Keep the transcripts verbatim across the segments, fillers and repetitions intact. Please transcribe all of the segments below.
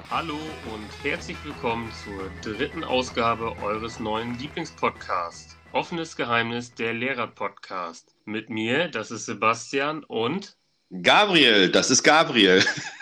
Hallo und herzlich willkommen zur dritten Ausgabe eures neuen Lieblingspodcasts. Offenes Geheimnis, der Lehrer-Podcast. Mit mir, das ist Sebastian und... Gabriel, das ist Gabriel.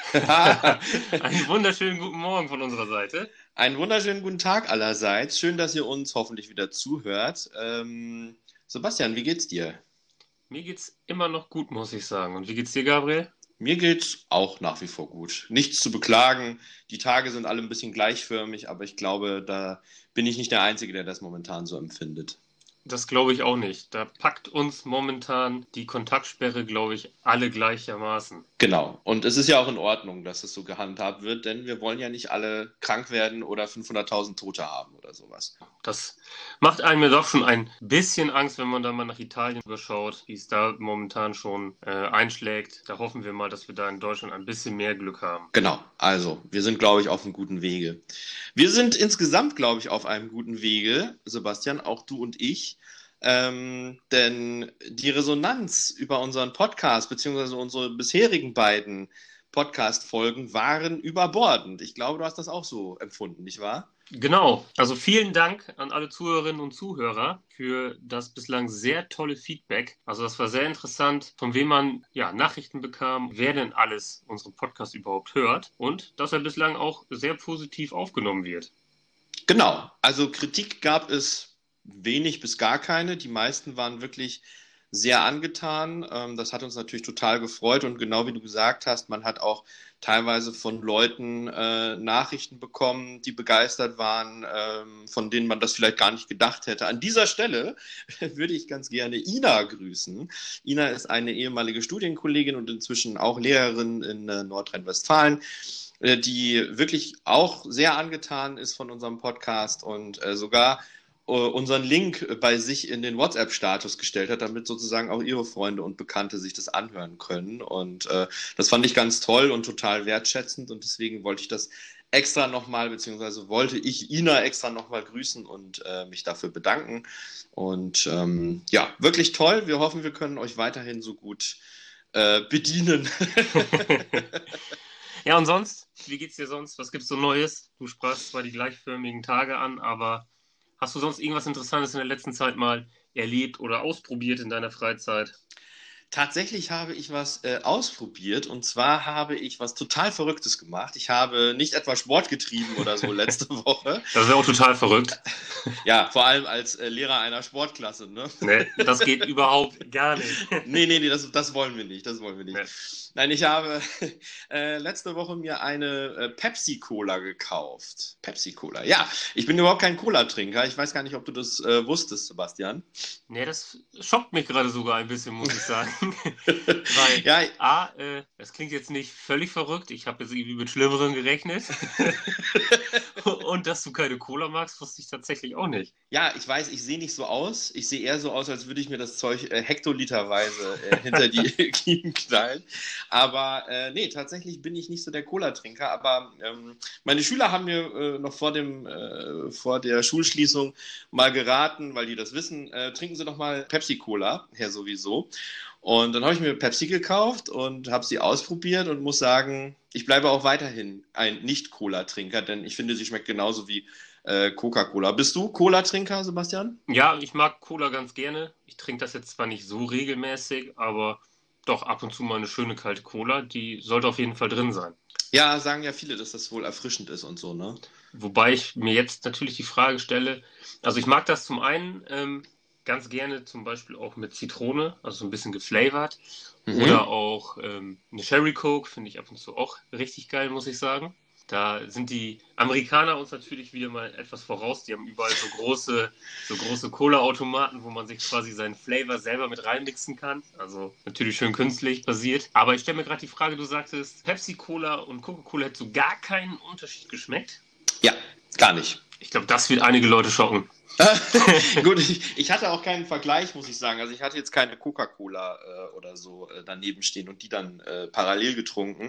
Einen wunderschönen guten Morgen von unserer Seite. Einen wunderschönen guten Tag allerseits. Schön, dass ihr uns hoffentlich wieder zuhört. Ähm, Sebastian, wie geht's dir? Mir geht's immer noch gut, muss ich sagen. Und wie geht's dir, Gabriel? Mir geht's auch nach wie vor gut. Nichts zu beklagen. Die Tage sind alle ein bisschen gleichförmig, aber ich glaube, da bin ich nicht der Einzige, der das momentan so empfindet. Das glaube ich auch nicht. Da packt uns momentan die Kontaktsperre, glaube ich, alle gleichermaßen. Genau. Und es ist ja auch in Ordnung, dass es so gehandhabt wird, denn wir wollen ja nicht alle krank werden oder fünfhunderttausend Tote haben oder sowas. Das macht einem ja doch schon ein bisschen Angst, wenn man da mal nach Italien überschaut, wie es da momentan schon äh, einschlägt. Da hoffen wir mal, dass wir da in Deutschland ein bisschen mehr Glück haben. Genau, also wir sind, glaube ich, auf einem guten Wege. Wir sind insgesamt, glaube ich, auf einem guten Wege, Sebastian, auch du und ich. Ähm, denn die Resonanz über unseren Podcast, beziehungsweise unsere bisherigen beiden Podcast-Folgen waren überbordend. Ich glaube, du hast das auch so empfunden, nicht wahr? Genau, also vielen Dank an alle Zuhörerinnen und Zuhörer für das bislang sehr tolle Feedback. Also das war sehr interessant, von wem man ja Nachrichten bekam, wer denn alles unseren Podcast überhaupt hört und dass er bislang auch sehr positiv aufgenommen wird. Genau, also Kritik gab es wenig bis gar keine. Die meisten waren wirklich sehr angetan. Ähm, Das hat uns natürlich total gefreut und genau wie du gesagt hast, man hat auch teilweise von Leuten äh, Nachrichten bekommen, die begeistert waren, ähm, von denen man das vielleicht gar nicht gedacht hätte. An dieser Stelle würde ich ganz gerne Ina grüßen. Ina ist eine ehemalige Studienkollegin und inzwischen auch Lehrerin in äh, Nordrhein-Westfalen, äh, die wirklich auch sehr angetan ist von unserem Podcast und äh, sogar äh, unseren Link bei sich in den WhatsApp-Status gestellt hat, damit sozusagen auch ihre Freunde und Bekannte sich das anhören können. Und äh, das fand ich ganz toll und total wertschätzend und deswegen wollte ich das extra nochmal, beziehungsweise wollte ich Ina extra nochmal grüßen und äh, mich dafür bedanken. Und ähm, ja, wirklich toll. Wir hoffen, wir können euch weiterhin so gut äh, bedienen. Ja, und sonst, wie geht's dir sonst? Was gibt's so Neues? Du sprachst zwar die gleichförmigen Tage an, aber hast du sonst irgendwas Interessantes in der letzten Zeit mal erlebt oder ausprobiert in deiner Freizeit? Tatsächlich habe ich was äh, ausprobiert und zwar habe ich was total Verrücktes gemacht. Ich habe nicht etwa Sport getrieben oder so letzte Woche. Das wäre auch total verrückt. Ja, vor allem als äh, Lehrer einer Sportklasse, ne? Nee, das geht überhaupt gar nicht. Nee, nee, nee, das, das wollen wir nicht, das wollen wir nicht. Nee. Nein, ich habe äh, letzte Woche mir eine äh, Pepsi-Cola gekauft. Pepsi-Cola, ja. Ich bin überhaupt kein Cola-Trinker. Ich weiß gar nicht, ob du das äh, wusstest, Sebastian. Nee, das schockt mich gerade sogar ein bisschen, muss ich sagen. Weil, Ja, A, äh, das klingt jetzt nicht völlig verrückt. Ich habe jetzt irgendwie mit Schlimmerem gerechnet. Und dass du keine Cola magst, wusste ich tatsächlich auch nicht. ja, ich weiß, ich sehe nicht so aus. Ich sehe eher so aus, als würde ich mir das Zeug äh, hektoliterweise äh, hinter die Kiemen knallen. Aber äh, nee, tatsächlich bin ich nicht so der Cola-Trinker. Aber ähm, meine Schüler haben mir äh, noch vor dem, äh, vor der Schulschließung mal geraten, weil die das wissen, äh, trinken Sie doch mal Pepsi-Cola, ja sowieso. Und dann habe ich mir Pepsi gekauft und habe sie ausprobiert und muss sagen, ich bleibe auch weiterhin ein Nicht-Cola-Trinker, denn ich finde, sie schmeckt genauso wie äh, Coca-Cola. Bist du Cola-Trinker, Sebastian? Ja, ich mag Cola ganz gerne. Ich trinke das jetzt zwar nicht so regelmäßig, aber doch ab und zu mal eine schöne kalte Cola, die sollte auf jeden Fall drin sein. Ja, sagen ja viele, dass das wohl erfrischend ist und so, ne? Wobei ich mir jetzt natürlich die Frage stelle, also ich mag das zum einen ähm, ganz gerne zum Beispiel auch mit Zitrone, also so ein bisschen geflavored. Mhm. Oder auch ähm, eine Sherry Coke finde ich ab und zu auch richtig geil, muss ich sagen. Da sind die Amerikaner uns natürlich wieder mal etwas voraus. Die haben überall so große, so große Cola-Automaten, wo man sich quasi seinen Flavor selber mit reinmixen kann. Also natürlich schön künstlich basiert. Aber ich stelle mir gerade die Frage, du sagtest, Pepsi-Cola und Coca-Cola hätte so gar keinen Unterschied geschmeckt. Ja, gar nicht. Ich glaube, das wird einige Leute schocken. Gut, ich, ich hatte auch keinen Vergleich, muss ich sagen. Also ich hatte jetzt keine Coca-Cola äh, oder so äh, daneben stehen und die dann äh, parallel getrunken.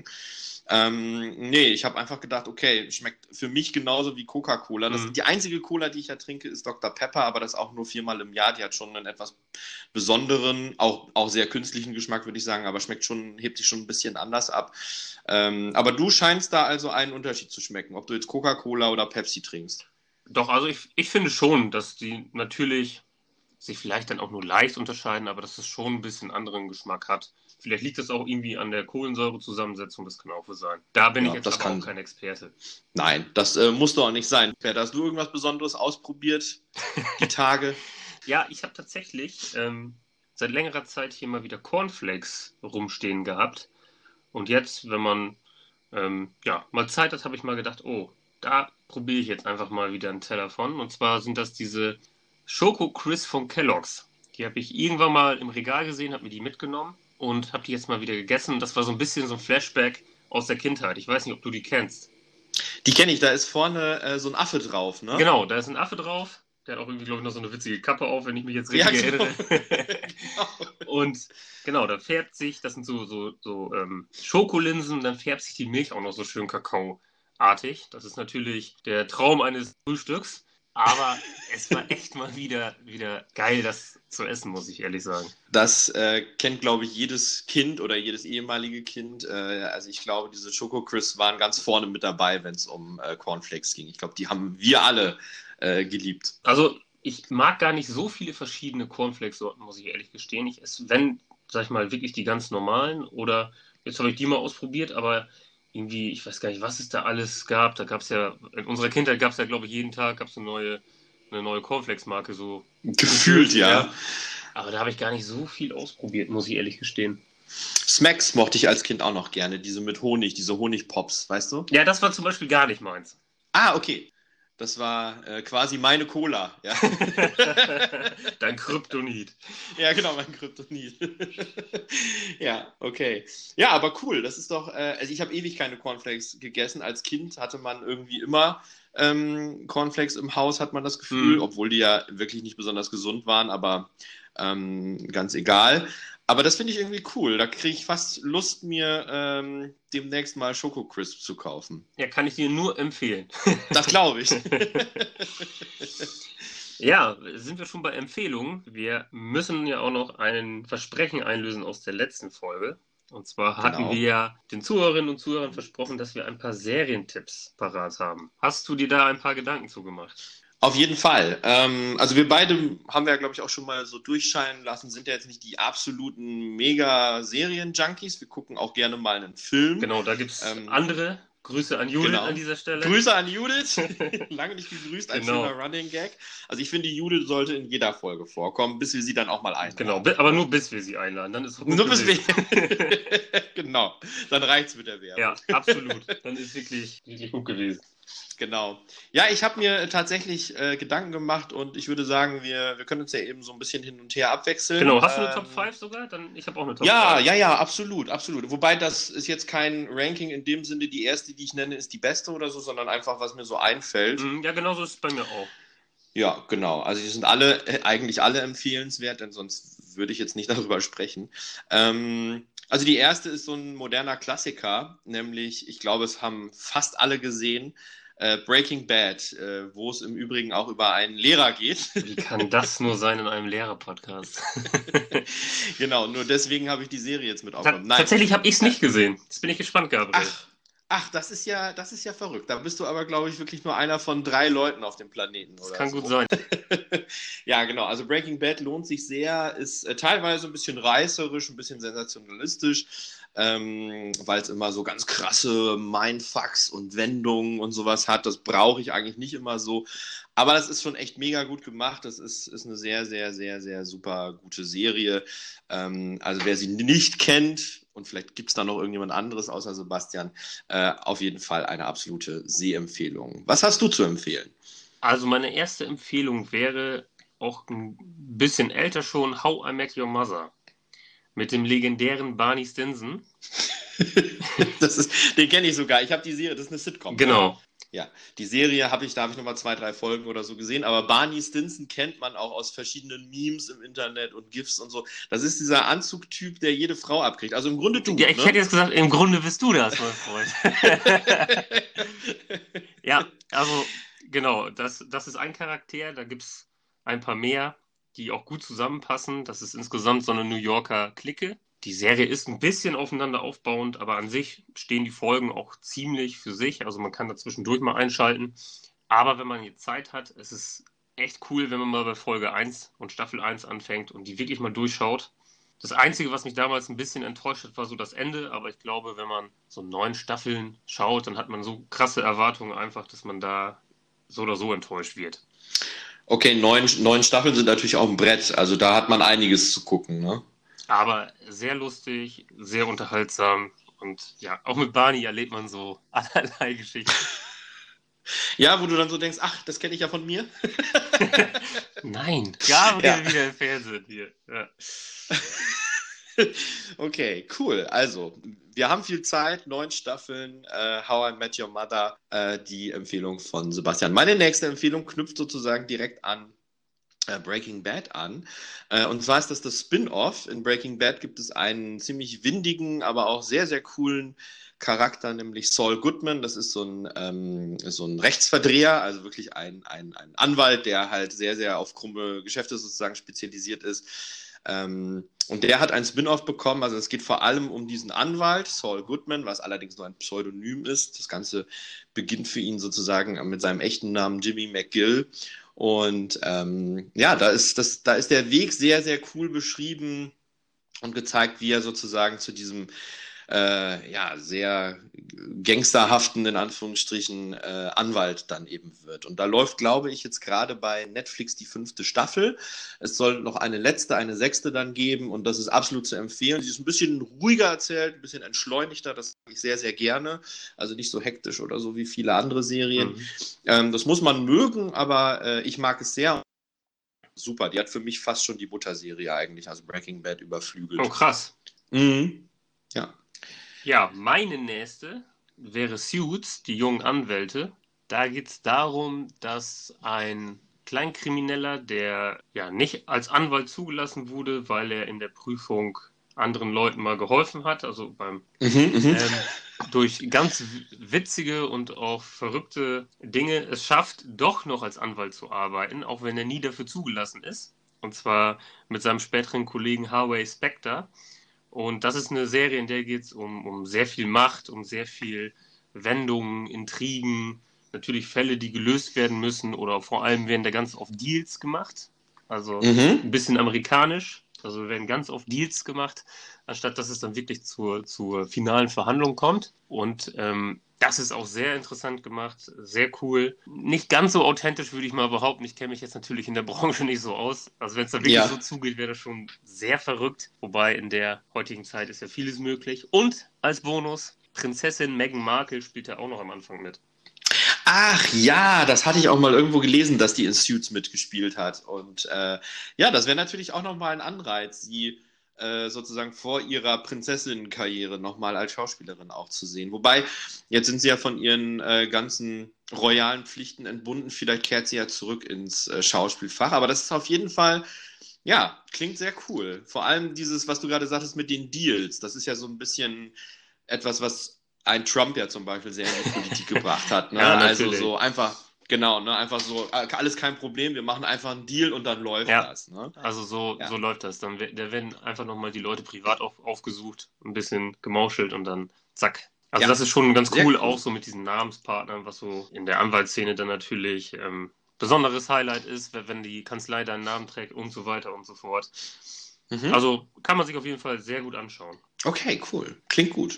Ähm, nee, ich habe einfach gedacht, okay, schmeckt für mich genauso wie Coca-Cola. Das, Mhm. die einzige Cola, die ich ja trinke, ist Doktor Pepper, aber das auch nur viermal im Jahr. Die hat schon einen etwas besonderen, auch, auch sehr künstlichen Geschmack, würde ich sagen, aber schmeckt schon, hebt sich schon ein bisschen anders ab. Ähm, aber du scheinst da also einen Unterschied zu schmecken, ob du jetzt Coca-Cola oder Pepsi trinkst. Doch, also ich, ich finde schon, dass die natürlich sich vielleicht dann auch nur leicht unterscheiden, aber dass es schon ein bisschen anderen Geschmack hat. Vielleicht liegt das auch irgendwie an der Kohlensäurezusammensetzung, das kann auch so sein. Da bin ich Ja, jetzt das aber auch kann. kein Experte. Nein, das äh, muss doch auch nicht sein. Bert, hast du irgendwas Besonderes ausprobiert, die Tage? Ja, ich habe tatsächlich ähm, seit längerer Zeit hier mal wieder Cornflakes rumstehen gehabt. Und jetzt, wenn man ähm, ja, mal Zeit hat, habe ich mal gedacht, oh, da probiere ich jetzt einfach mal wieder einen Teller von. Und zwar sind das diese Schoko Crisp von Kellogg's. Die habe ich irgendwann mal im Regal gesehen, habe mir die mitgenommen und habe die jetzt mal wieder gegessen. Und das war so ein bisschen so ein Flashback aus der Kindheit. Ich weiß nicht, ob du die kennst. Die kenne ich, da ist vorne äh, so ein Affe drauf, ne? Genau, da ist ein Affe drauf. Der hat auch irgendwie, glaube ich, noch so eine witzige Kappe auf, wenn ich mich jetzt Ja, richtig genau. erinnere. Genau. Und genau, da färbt sich, das sind so, so, so ähm, Schokolinsen, dann färbt sich die Milch auch noch so schön kakaoartig. Das ist natürlich der Traum eines Frühstücks. Aber es war echt mal wieder, wieder geil, das zu essen, muss ich ehrlich sagen. Das äh, kennt, glaube ich, jedes Kind oder jedes ehemalige Kind. Äh, also ich glaube, diese Schoko Crisps waren ganz vorne mit dabei, wenn es um äh, Cornflakes ging. Ich glaube, die haben wir alle äh, geliebt. Also, ich mag gar nicht so viele verschiedene Cornflakes-Sorten, muss ich ehrlich gestehen. Ich esse, wenn, sag ich mal, wirklich die ganz normalen oder jetzt habe ich die mal ausprobiert, aber irgendwie, ich weiß gar nicht, was es da alles gab. Da gab es ja, in unserer Kindheit gab es ja, glaube ich, jeden Tag gab's eine neue, eine neue Cornflakes-Marke, so Gefühlt, gefühlt, ja. ja. Aber da habe ich gar nicht so viel ausprobiert, muss ich ehrlich gestehen. Smacks mochte ich als Kind auch noch gerne, diese mit Honig, diese Honigpops, weißt du? Ja, das war zum Beispiel gar nicht meins. Ah, okay. Das war äh, quasi meine Cola, ja. Dein Kryptonit. Ja, genau, mein Kryptonit. Ja, okay. Ja, aber cool. Das ist doch, äh, also ich habe ewig keine Cornflakes gegessen. Als Kind hatte man irgendwie immer ähm, Cornflakes im Haus, hat man das Gefühl, Hm. obwohl die ja wirklich nicht besonders gesund waren, aber ähm, ganz egal. Aber das finde ich irgendwie cool. Da kriege ich fast Lust, mir ähm, demnächst mal Schoko Crisp zu kaufen. Ja, kann ich dir nur empfehlen. Das glaube ich. Ja, sind wir schon bei Empfehlungen. Wir müssen ja auch noch ein Versprechen einlösen aus der letzten Folge. Und zwar hatten wir Genau. ja den Zuhörerinnen und Zuhörern versprochen, dass wir ein paar Serientipps parat haben. Hast du dir da ein paar Gedanken zugemacht? Auf jeden Fall. Ähm, also wir beide haben ja, glaube ich, auch schon mal so durchscheinen lassen, sind ja jetzt nicht die absoluten Mega-Serien-Junkies. Wir gucken auch gerne mal einen Film. Genau, da gibt es Ähm, andere. Grüße an Judith an genau. dieser Stelle. Grüße an Judith. Lange nicht gegrüßt, ein Genau. schöner Running Gag. Also ich finde, Judith sollte in jeder Folge vorkommen, bis wir sie dann auch mal einladen. Genau, bi- aber nur bis wir sie einladen. Dann ist es gut Nur bis wir. gewesen. Genau. Dann reicht's mit der Werbung. Ja, absolut. Dann ist wirklich, wirklich gut gewesen. Genau. Ja, ich habe mir tatsächlich äh, Gedanken gemacht und ich würde sagen, wir, wir können uns ja eben so ein bisschen hin und her abwechseln. Genau, hast du eine Ähm, Top fünf sogar? Dann, ich habe auch eine Top Ja, fünf. ja, ja, absolut, absolut. Wobei das ist jetzt kein Ranking in dem Sinne, die erste, die ich nenne, ist die beste oder so, sondern einfach, was mir so einfällt. Mhm, ja, genauso ist es bei mir auch. Ja, genau. Also die sind alle, äh, eigentlich alle empfehlenswert, denn sonst würde ich jetzt nicht darüber sprechen. Ähm, also die erste ist so ein moderner Klassiker, nämlich, ich glaube, es haben fast alle gesehen, äh, Breaking Bad, äh, wo es im Übrigen auch über einen Lehrer geht. Wie kann das nur sein in einem Lehrer-Podcast? Genau, nur deswegen habe ich die Serie jetzt mit Ta aufgenommen. Nein. tatsächlich habe ich es nicht gesehen. Jetzt bin ich gespannt, Gabriel. Ach, ach, das ist ja, das ist ja verrückt. Da bist du aber, glaube ich, wirklich nur einer von drei Leuten auf dem Planeten Das oder kann so. gut sein. Ja, genau. Also Breaking Bad lohnt sich sehr, ist äh, teilweise ein bisschen reißerisch, ein bisschen sensationalistisch, ähm, weil es immer so ganz krasse Mindfucks und Wendungen und sowas hat. Das brauche ich eigentlich nicht immer so. Aber das ist schon echt mega gut gemacht. Das ist, ist eine sehr, sehr, sehr, sehr super gute Serie. Ähm, also wer sie nicht kennt, und vielleicht gibt es da noch irgendjemand anderes außer Sebastian, äh, auf jeden Fall eine absolute Sehempfehlung. Was hast du zu empfehlen? Also meine erste Empfehlung wäre auch ein bisschen älter schon, How I Met Your Mother. Mit dem legendären Barney Stinson. Das ist, den kenne ich sogar. Ich habe die Serie, das ist eine Sitcom. Genau. Ja, die Serie habe ich, da habe ich nochmal zwei, drei Folgen oder so gesehen, aber Barney Stinson kennt man auch aus verschiedenen Memes im Internet und GIFs und so. Das ist dieser Anzugtyp, der jede Frau abkriegt. Also im Grunde du, Ja, ich ne? hätte jetzt gesagt, im Grunde bist du das, mein Freund. Ja, also genau, das, das ist ein Charakter, da gibt es ein paar mehr, die auch gut zusammenpassen. Das ist insgesamt so eine New Yorker Clique. Die Serie ist ein bisschen aufeinander aufbauend, aber an sich stehen die Folgen auch ziemlich für sich. Also man kann da zwischendurch mal einschalten. Aber wenn man jetzt Zeit hat, es ist echt cool, wenn man mal bei Folge eins und Staffel eins anfängt und die wirklich mal durchschaut. Das Einzige, was mich damals ein bisschen enttäuscht hat, war so das Ende. Aber ich glaube, wenn man so neun Staffeln schaut, dann hat man so krasse Erwartungen einfach, dass man da so oder so enttäuscht wird. Okay, neun, neun Staffeln sind natürlich auch ein Brett. Also da hat man einiges zu gucken, ne? Aber sehr lustig, sehr unterhaltsam. Und ja, auch mit Barney erlebt man so allerlei Geschichten. Ja, wo du dann so denkst, ach, das kenne ich ja von mir. Nein, Gabriel ja. Wieder im Fernsehen hier. Ja. Okay, cool. Also, wir haben viel Zeit, neun Staffeln, äh, How I Met Your Mother, äh, die Empfehlung von Sebastian. Meine nächste Empfehlung knüpft sozusagen direkt an äh, Breaking Bad an. Äh, und zwar ist das das Spin-off. In Breaking Bad gibt es einen ziemlich windigen, aber auch sehr, sehr coolen Charakter, nämlich Saul Goodman. Das ist so ein, ähm, so ein Rechtsverdreher, also wirklich ein, ein, ein Anwalt, der halt sehr, sehr auf krumme Geschäfte sozusagen spezialisiert ist. Ähm, und der hat ein Spin-off bekommen, also es geht vor allem um diesen Anwalt, Saul Goodman, was allerdings nur ein Pseudonym ist. Das Ganze beginnt für ihn sozusagen mit seinem echten Namen Jimmy McGill. Und ähm, ja, da ist, das, da ist der Weg sehr, sehr cool beschrieben und gezeigt, wie er sozusagen zu diesem äh, ja, sehr gangsterhaften, in Anführungsstrichen, äh, Anwalt dann eben wird. Und da läuft, glaube ich, jetzt gerade bei Netflix die fünfte Staffel. Es soll noch eine letzte, eine sechste dann geben und das ist absolut zu empfehlen. Sie ist ein bisschen ruhiger erzählt, ein bisschen entschleunigter, das mag ich sehr, sehr gerne. Also nicht so hektisch oder so wie viele andere Serien. Mhm. Ähm, das muss man mögen, aber äh, ich mag es sehr. Super, die hat für mich fast schon die Mutterserie eigentlich, also Breaking Bad, überflügelt. Oh, krass. Mhm. Ja. Ja, meine nächste wäre Suits, die jungen Anwälte. Da geht es darum, dass ein Kleinkrimineller, der ja nicht als Anwalt zugelassen wurde, weil er in der Prüfung anderen Leuten mal geholfen hat, also beim mhm, ähm, durch ganz witzige und auch verrückte Dinge es schafft, doch noch als Anwalt zu arbeiten, auch wenn er nie dafür zugelassen ist. Und zwar mit seinem späteren Kollegen Harvey Specter. Und das ist eine Serie, in der geht es um, um sehr viel Macht, um sehr viel Wendungen, Intrigen, natürlich Fälle, die gelöst werden müssen oder vor allem werden da ganz oft Deals gemacht. Also mhm. ein bisschen amerikanisch. Also werden ganz oft Deals gemacht, anstatt dass es dann wirklich zur, zur finalen Verhandlung kommt. Und ähm, das ist auch sehr interessant gemacht, sehr cool. Nicht ganz so authentisch, würde ich mal behaupten. Ich kenne mich jetzt natürlich in der Branche nicht so aus. Also wenn es da wirklich ja. so zugeht, wäre das schon sehr verrückt. Wobei in der heutigen Zeit ist ja vieles möglich. Und als Bonus, Prinzessin Meghan Markle spielt ja auch noch am Anfang mit. Ach ja, das hatte ich auch mal irgendwo gelesen, dass die in Suits mitgespielt hat. Und äh, ja, das wäre natürlich auch nochmal ein Anreiz, sie äh, sozusagen vor ihrer Prinzessinnenkarriere nochmal als Schauspielerin auch zu sehen. Wobei, jetzt sind sie ja von ihren äh, ganzen royalen Pflichten entbunden. Vielleicht kehrt sie ja zurück ins äh, Schauspielfach. Aber das ist auf jeden Fall, ja, klingt sehr cool. Vor allem dieses, was du gerade sagtest mit den Deals. Das ist ja so ein bisschen etwas, was ein Trump ja zum Beispiel sehr in die Politik gebracht hat. Ne? Ja, also so einfach, genau, ne? Einfach so, alles kein Problem, wir machen einfach einen Deal und dann läuft ja. das. Ne? Also so, ja. so läuft das. Dann da werden einfach nochmal die Leute privat auf, aufgesucht, ein bisschen gemauschelt und dann zack. Also ja. das ist schon ganz cool, cool, auch so mit diesen Namenspartnern, was so in der Anwaltsszene dann natürlich ähm, besonderes Highlight ist, wenn die Kanzlei deinen Namen trägt und so weiter und so fort. Mhm. Also kann man sich auf jeden Fall sehr gut anschauen. Okay, cool. Klingt gut.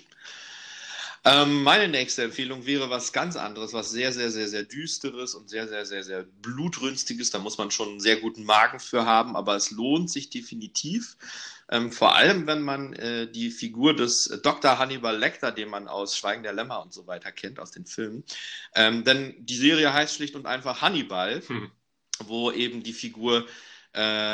Ähm, meine nächste Empfehlung wäre was ganz anderes, was sehr, sehr, sehr, sehr Düsteres und sehr, sehr, sehr, sehr Blutrünstiges. Da muss man schon einen sehr guten Magen für haben, aber es lohnt sich definitiv. Ähm, vor allem, wenn man äh, die Figur des Doktor Hannibal Lecter, den man aus Schweigen der Lämmer und so weiter kennt, aus den Filmen. Ähm, denn die Serie heißt schlicht und einfach Hannibal, hm. wo eben die Figur äh,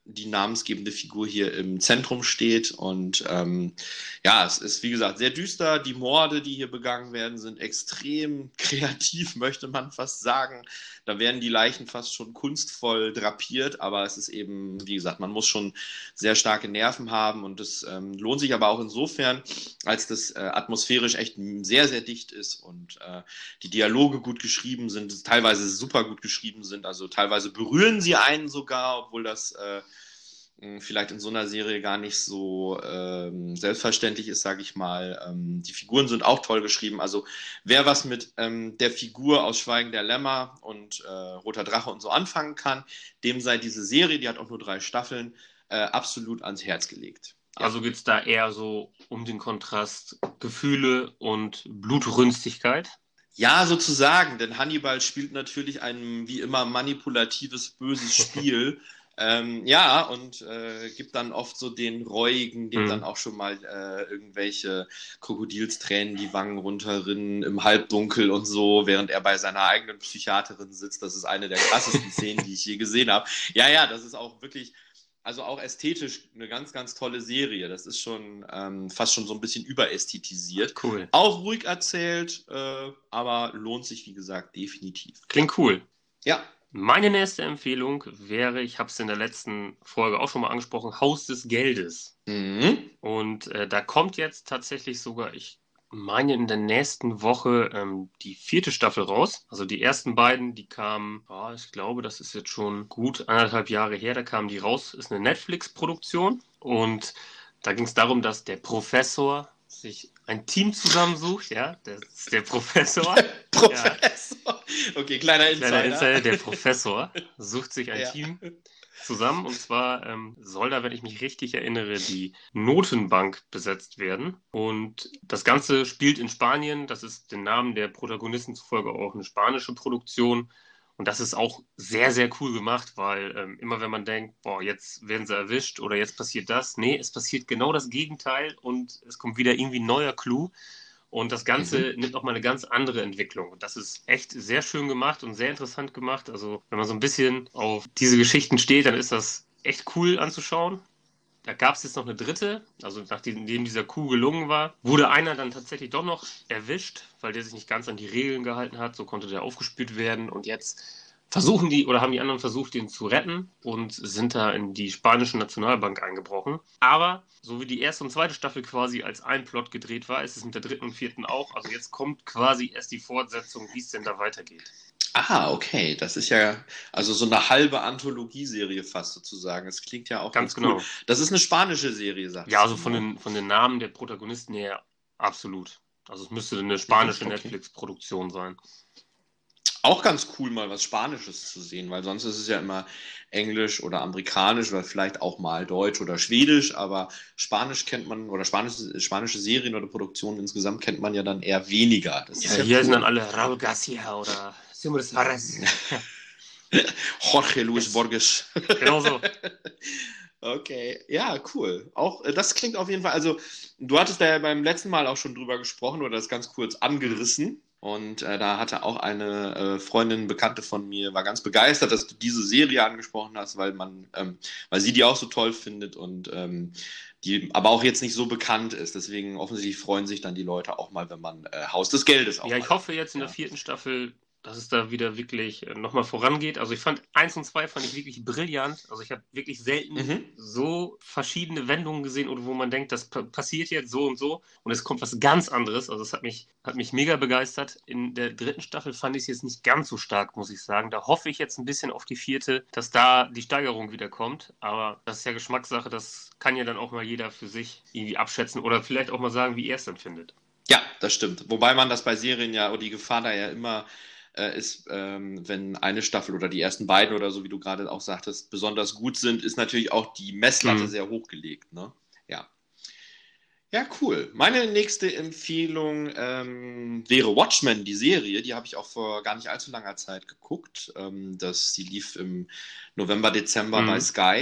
die namensgebende Figur hier im Zentrum steht. Und ähm, ja, es ist, wie gesagt, sehr düster. Die Morde, die hier begangen werden, sind extrem kreativ, möchte man fast sagen. Da werden die Leichen fast schon kunstvoll drapiert, aber es ist eben, wie gesagt, man muss schon sehr starke Nerven haben und es ähm, lohnt sich aber auch insofern, als das äh, atmosphärisch echt sehr, sehr dicht ist und äh, die Dialoge gut geschrieben sind, teilweise super gut geschrieben sind, also teilweise berühren sie einen sogar, obwohl das äh, vielleicht in so einer Serie gar nicht so ähm, selbstverständlich ist, sage ich mal. Ähm, die Figuren sind auch toll geschrieben. Also wer was mit ähm, der Figur aus Schweigen der Lämmer und äh, Roter Drache und so anfangen kann, dem sei diese Serie, die hat auch nur drei Staffeln, äh, absolut ans Herz gelegt. Ja. Also geht es da eher so um den Kontrast Gefühle und Blutrünstigkeit? Ja, sozusagen, denn Hannibal spielt natürlich ein wie immer manipulatives, böses Spiel. Ähm, ja, und äh, gibt dann oft so den Reuigen, dem mhm. dann auch schon mal äh, irgendwelche Krokodilstränen die Wangen runterrinnen im Halbdunkel und so, während er bei seiner eigenen Psychiaterin sitzt. Das ist eine der krassesten Szenen, die ich je gesehen habe. Ja, ja, das ist auch wirklich, also auch ästhetisch eine ganz, ganz tolle Serie. Das ist schon ähm, fast schon so ein bisschen überästhetisiert. Cool. Auch ruhig erzählt, äh, aber lohnt sich, wie gesagt, definitiv. Klingt cool. Ja. Meine nächste Empfehlung wäre, ich habe es in der letzten Folge auch schon mal angesprochen, Haus des Geldes. Mhm. Und äh, da kommt jetzt tatsächlich sogar, ich meine in der nächsten Woche ähm, die vierte Staffel raus. Also die ersten beiden, die kamen, oh, ich glaube, das ist jetzt schon gut anderthalb Jahre her, da kamen die raus. Ist eine Netflix-Produktion und da ging es darum, dass der Professor sich ein Team zusammensucht, ja, das ist der Professor. Professor. Ja. Okay, kleiner Insider. Kleiner Insider, der Professor sucht sich ein ja. Team zusammen und zwar ähm, soll da, wenn ich mich richtig erinnere, die Notenbank besetzt werden und das Ganze spielt in Spanien, das ist den Namen der Protagonisten zufolge auch eine spanische Produktion und das ist auch sehr, sehr cool gemacht, weil ähm, immer wenn man denkt, boah, jetzt werden sie erwischt oder jetzt passiert das, nee, es passiert genau das Gegenteil und es kommt wieder irgendwie ein neuer Clou. Und das Ganze mhm. nimmt nochmal eine ganz andere Entwicklung. Und das ist echt sehr schön gemacht und sehr interessant gemacht. Also wenn man so ein bisschen auf diese Geschichten steht, dann ist das echt cool anzuschauen. Da gab es jetzt noch eine dritte, also nachdem dieser Coup gelungen war, wurde einer dann tatsächlich doch noch erwischt, weil der sich nicht ganz an die Regeln gehalten hat. So konnte der aufgespürt werden und jetzt versuchen die oder haben die anderen versucht, den zu retten und sind da in die spanische Nationalbank eingebrochen. Aber so wie die erste und zweite Staffel quasi als ein Plot gedreht war, ist es mit der dritten und vierten auch. Also jetzt kommt quasi erst die Fortsetzung, wie es denn da weitergeht. Ah, okay. Das ist ja also so eine halbe Anthologieserie fast sozusagen. Das klingt ja auch ganz, ganz genau. Cool. Das ist eine spanische Serie, sagst du? Ja, also von den, von den Namen der Protagonisten her absolut. Also es müsste eine spanische okay. Netflix-Produktion sein. Auch ganz cool, mal was Spanisches zu sehen, weil sonst ist es ja immer Englisch oder Amerikanisch oder vielleicht auch mal Deutsch oder Schwedisch, aber Spanisch kennt man oder spanische, spanische Serien oder Produktionen insgesamt kennt man ja dann eher weniger. Das ja, ist ja hier cool. sind dann alle Raúl García oder Simón Suárez. Jorge Luis Borges. Genau so. Okay, ja, cool. Auch das klingt auf jeden Fall, also du hattest da ja beim letzten Mal auch schon drüber gesprochen oder das ganz kurz angerissen. Und äh, da hatte auch eine äh, Freundin, Bekannte von mir, war ganz begeistert, dass du diese Serie angesprochen hast, weil man, ähm, weil sie die auch so toll findet und ähm, die aber auch jetzt nicht so bekannt ist. Deswegen offensichtlich freuen sich dann die Leute auch mal, wenn man äh, Haus des Geldes auch Ja, mal ich hoffe jetzt in ja. der vierten Staffel, dass es da wieder wirklich nochmal vorangeht. Also ich fand eins und zwei fand ich wirklich brillant. Also ich habe wirklich selten mhm. so verschiedene Wendungen gesehen, oder wo man denkt, das p- passiert jetzt so und so und es kommt was ganz anderes. Also es hat mich, hat mich mega begeistert. In der dritten Staffel fand ich es jetzt nicht ganz so stark, muss ich sagen. Da hoffe ich jetzt ein bisschen auf die vierte, dass da die Steigerung wieder kommt. Aber das ist ja Geschmackssache, das kann ja dann auch mal jeder für sich irgendwie abschätzen oder vielleicht auch mal sagen, wie er es dann findet. Ja, das stimmt. Wobei man das bei Serien ja, oder die Gefahr da ja immer äh, ist, ähm, wenn eine Staffel oder die ersten beiden oder so, wie du gerade auch sagtest, besonders gut sind, ist natürlich auch die Messlatte mhm. sehr hochgelegt. Ne? Ja. Ja, cool. Meine nächste Empfehlung ähm, wäre Watchmen, die Serie. Die habe ich auch vor gar nicht allzu langer Zeit geguckt. Ähm, das, die lief im November, Dezember mhm. bei Sky.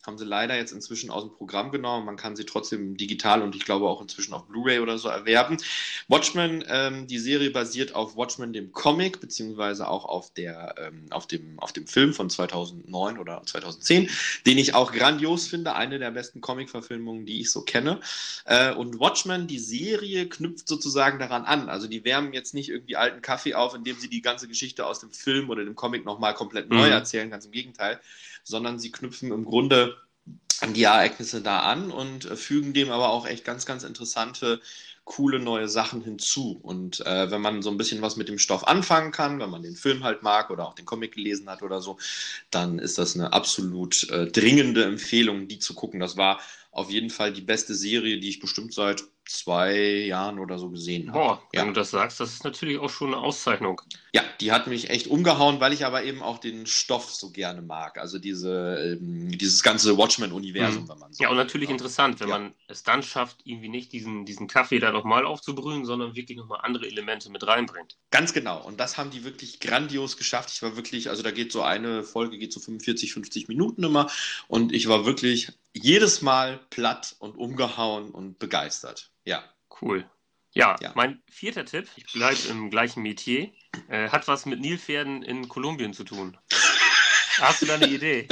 Haben sie leider jetzt inzwischen aus dem Programm genommen. Man kann sie trotzdem digital und ich glaube auch inzwischen auf Blu-ray oder so erwerben. Watchmen, ähm, die Serie basiert auf Watchmen, dem Comic, beziehungsweise auch auf, der, ähm, auf, dem, auf dem Film von zweitausendneun oder zweitausendzehn, den ich auch grandios finde. Eine der besten Comic-Verfilmungen, die ich so kenne. Äh, und Watchmen, die Serie, knüpft sozusagen daran an. Also die wärmen jetzt nicht irgendwie alten Kaffee auf, indem sie die ganze Geschichte aus dem Film oder dem Comic nochmal komplett neu Mhm. erzählen, ganz im Gegenteil, sondern sie knüpfen im Grunde an die Ereignisse da an und äh, fügen dem aber auch echt ganz, ganz interessante, coole neue Sachen hinzu. Und äh, wenn man so ein bisschen was mit dem Stoff anfangen kann, wenn man den Film halt mag oder auch den Comic gelesen hat oder so, dann ist das eine absolut äh, dringende Empfehlung, die zu gucken. Das war auf jeden Fall die beste Serie, die ich bestimmt seit zwei Jahren oder so gesehen habe. Boah, wenn Ja. du das sagst, das ist natürlich auch schon eine Auszeichnung. Ja, die hat mich echt umgehauen, weil ich aber eben auch den Stoff so gerne mag. Also diese, ähm, dieses ganze Watchmen-Universum, Mhm. wenn man so Ja, und will. natürlich Ja. interessant, wenn Ja. man es dann schafft, irgendwie nicht diesen, diesen Kaffee da nochmal aufzubrühen, sondern wirklich nochmal andere Elemente mit reinbringt. Ganz genau. Und das haben die wirklich grandios geschafft. Ich war wirklich, also da geht so eine Folge, geht so fünfundvierzig, fünfzig Minuten immer. Und ich war wirklich jedes Mal platt und umgehauen und begeistert. Ja. Cool. Ja, Ja. mein vierter Tipp, ich bleibe im gleichen Metier, äh, hat was mit Nilpferden in Kolumbien zu tun. Hast du da eine Idee?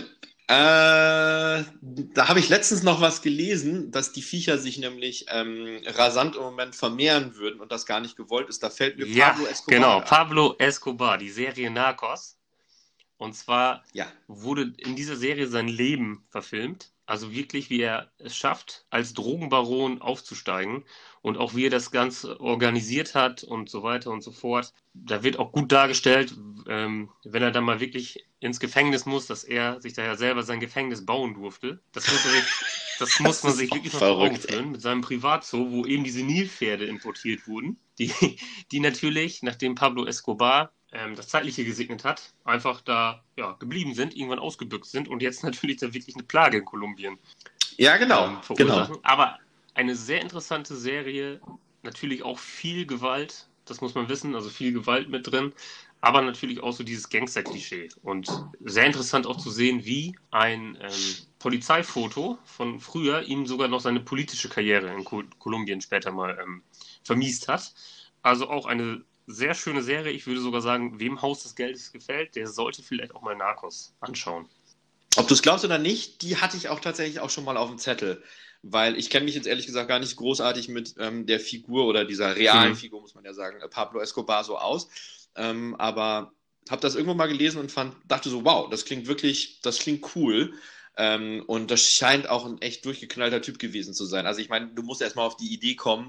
Äh, da habe ich letztens noch was gelesen, dass die Viecher sich nämlich ähm, rasant im Moment vermehren würden und das gar nicht gewollt ist. Da fällt mir Ja, Pablo Escobar genau, ein. Pablo Escobar, die Serie Narcos. Und zwar Ja. wurde in dieser Serie sein Leben verfilmt. Also wirklich, wie er es schafft, als Drogenbaron aufzusteigen und auch wie er das Ganze organisiert hat und so weiter und so fort. Da wird auch gut dargestellt, ähm, wenn er dann mal wirklich ins Gefängnis muss, dass er sich da ja selber sein Gefängnis bauen durfte. Das muss, er, das muss man ist sich auch wirklich mal vor Augen verrückt, ey. führen mit seinem Privatzoo, wo eben diese Nilpferde importiert wurden, die, die natürlich, nachdem Pablo Escobar ähm, das Zeitliche gesegnet hat, einfach da ja, geblieben sind, irgendwann ausgebüxt sind und jetzt natürlich da wirklich eine Plage in Kolumbien Ja, genau. ähm, verursachen. Genau. Aber eine sehr interessante Serie, natürlich auch viel Gewalt, das muss man wissen, also viel Gewalt mit drin, aber natürlich auch so dieses Gangster-Klischee. Und sehr interessant auch zu sehen, wie ein ähm, Polizeifoto von früher ihm sogar noch seine politische Karriere in Kol Kolumbien später mal ähm, vermiest hat. Also auch eine sehr schöne Serie. Ich würde sogar sagen, wem Haus des Geldes gefällt, der sollte vielleicht auch mal Narcos anschauen. Ob du es glaubst oder nicht, die hatte ich auch tatsächlich auch schon mal auf dem Zettel. Weil ich kenne mich jetzt ehrlich gesagt gar nicht großartig mit ähm, der Figur oder dieser realen Mhm. Figur, muss man ja sagen, äh, Pablo Escobar so aus. Ähm, aber habe das irgendwann mal gelesen und fand, dachte so, wow, das klingt wirklich, das klingt cool. Ähm, und das scheint auch ein echt durchgeknallter Typ gewesen zu sein. Also ich meine, du musst erstmal auf die Idee kommen,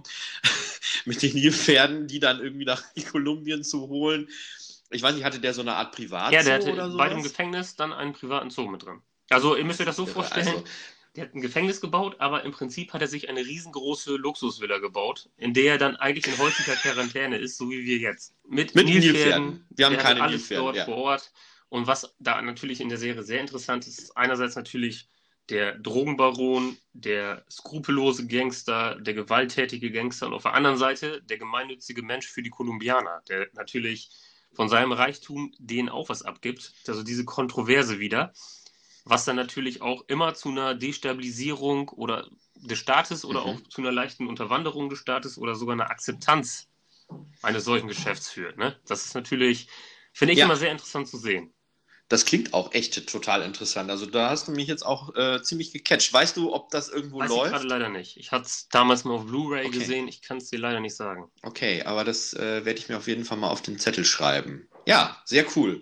mit den Nilpferden, die dann irgendwie nach Kolumbien zu holen. Ich weiß nicht, hatte der so eine Art Privatzoo Ja, der hatte oder bei dem sowas? Gefängnis dann einen privaten Zoo mit drin. Also ihr müsst euch das so Irre. vorstellen, Also, der hat ein Gefängnis gebaut, aber im Prinzip hat er sich eine riesengroße Luxusvilla gebaut, in der er dann eigentlich in häufiger Quarantäne ist, so wie wir jetzt. Mit, mit Nilpferden, Nilpferden. Wir haben der hat keine alles Nilpferde, dort ja. vor Ort. Und was da natürlich in der Serie sehr interessant ist, ist einerseits natürlich der Drogenbaron, der skrupellose Gangster, der gewalttätige Gangster und auf der anderen Seite der gemeinnützige Mensch für die Kolumbianer, der natürlich von seinem Reichtum denen auch was abgibt. Also diese Kontroverse wieder, was dann natürlich auch immer zu einer Destabilisierung oder des Staates oder Mhm. auch zu einer leichten Unterwanderung des Staates oder sogar einer Akzeptanz eines solchen Geschäfts führt. Ne? Das ist natürlich, finde ich, Ja, immer sehr interessant zu sehen. das klingt auch echt total interessant. Also da hast du mich jetzt auch äh, ziemlich gecatcht. Weißt du, ob das irgendwo Weiß ich gerade läuft? leider nicht. Ich hatte es damals mal auf Blu-ray Okay. gesehen, ich kann es dir leider nicht sagen. Okay, aber das äh, werde ich mir auf jeden Fall mal auf den Zettel schreiben. Ja, sehr cool.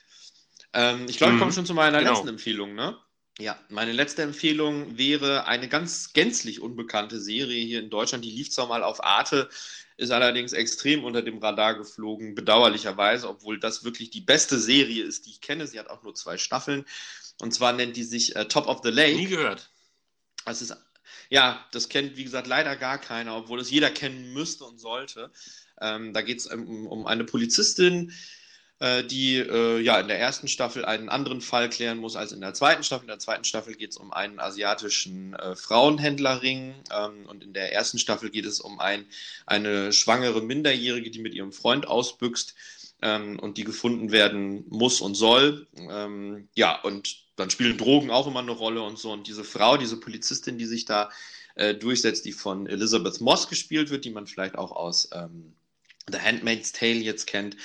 Ähm, ich glaube, ich komme Mhm, schon zu meiner genau. letzten Empfehlung, ne? Ja, meine letzte Empfehlung wäre eine ganz gänzlich unbekannte Serie hier in Deutschland. Die lief zwar mal auf Arte, ist allerdings extrem unter dem Radar geflogen, bedauerlicherweise, obwohl das wirklich die beste Serie ist, die ich kenne. Sie hat auch nur zwei Staffeln. Und zwar nennt die sich äh, Top of the Lake. Nie gehört. Das ist, ja, das kennt, wie gesagt, leider gar keiner, obwohl es jeder kennen müsste und sollte. Ähm, da geht es um, um eine Polizistin, äh, die äh, ja in der ersten Staffel einen anderen Fall klären muss als in der zweiten Staffel. In der zweiten Staffel geht es um einen asiatischen äh, Frauenhändlerring ähm, und in der ersten Staffel geht es um ein, eine schwangere Minderjährige, die mit ihrem Freund ausbüchst ähm, und die gefunden werden muss und soll. Ähm, ja, und dann spielen Drogen auch immer eine Rolle und so. Und diese Frau, diese Polizistin, die sich da äh, durchsetzt, die von Elizabeth Moss gespielt wird, die man vielleicht auch aus ähm, The Handmaid's Tale jetzt kennt,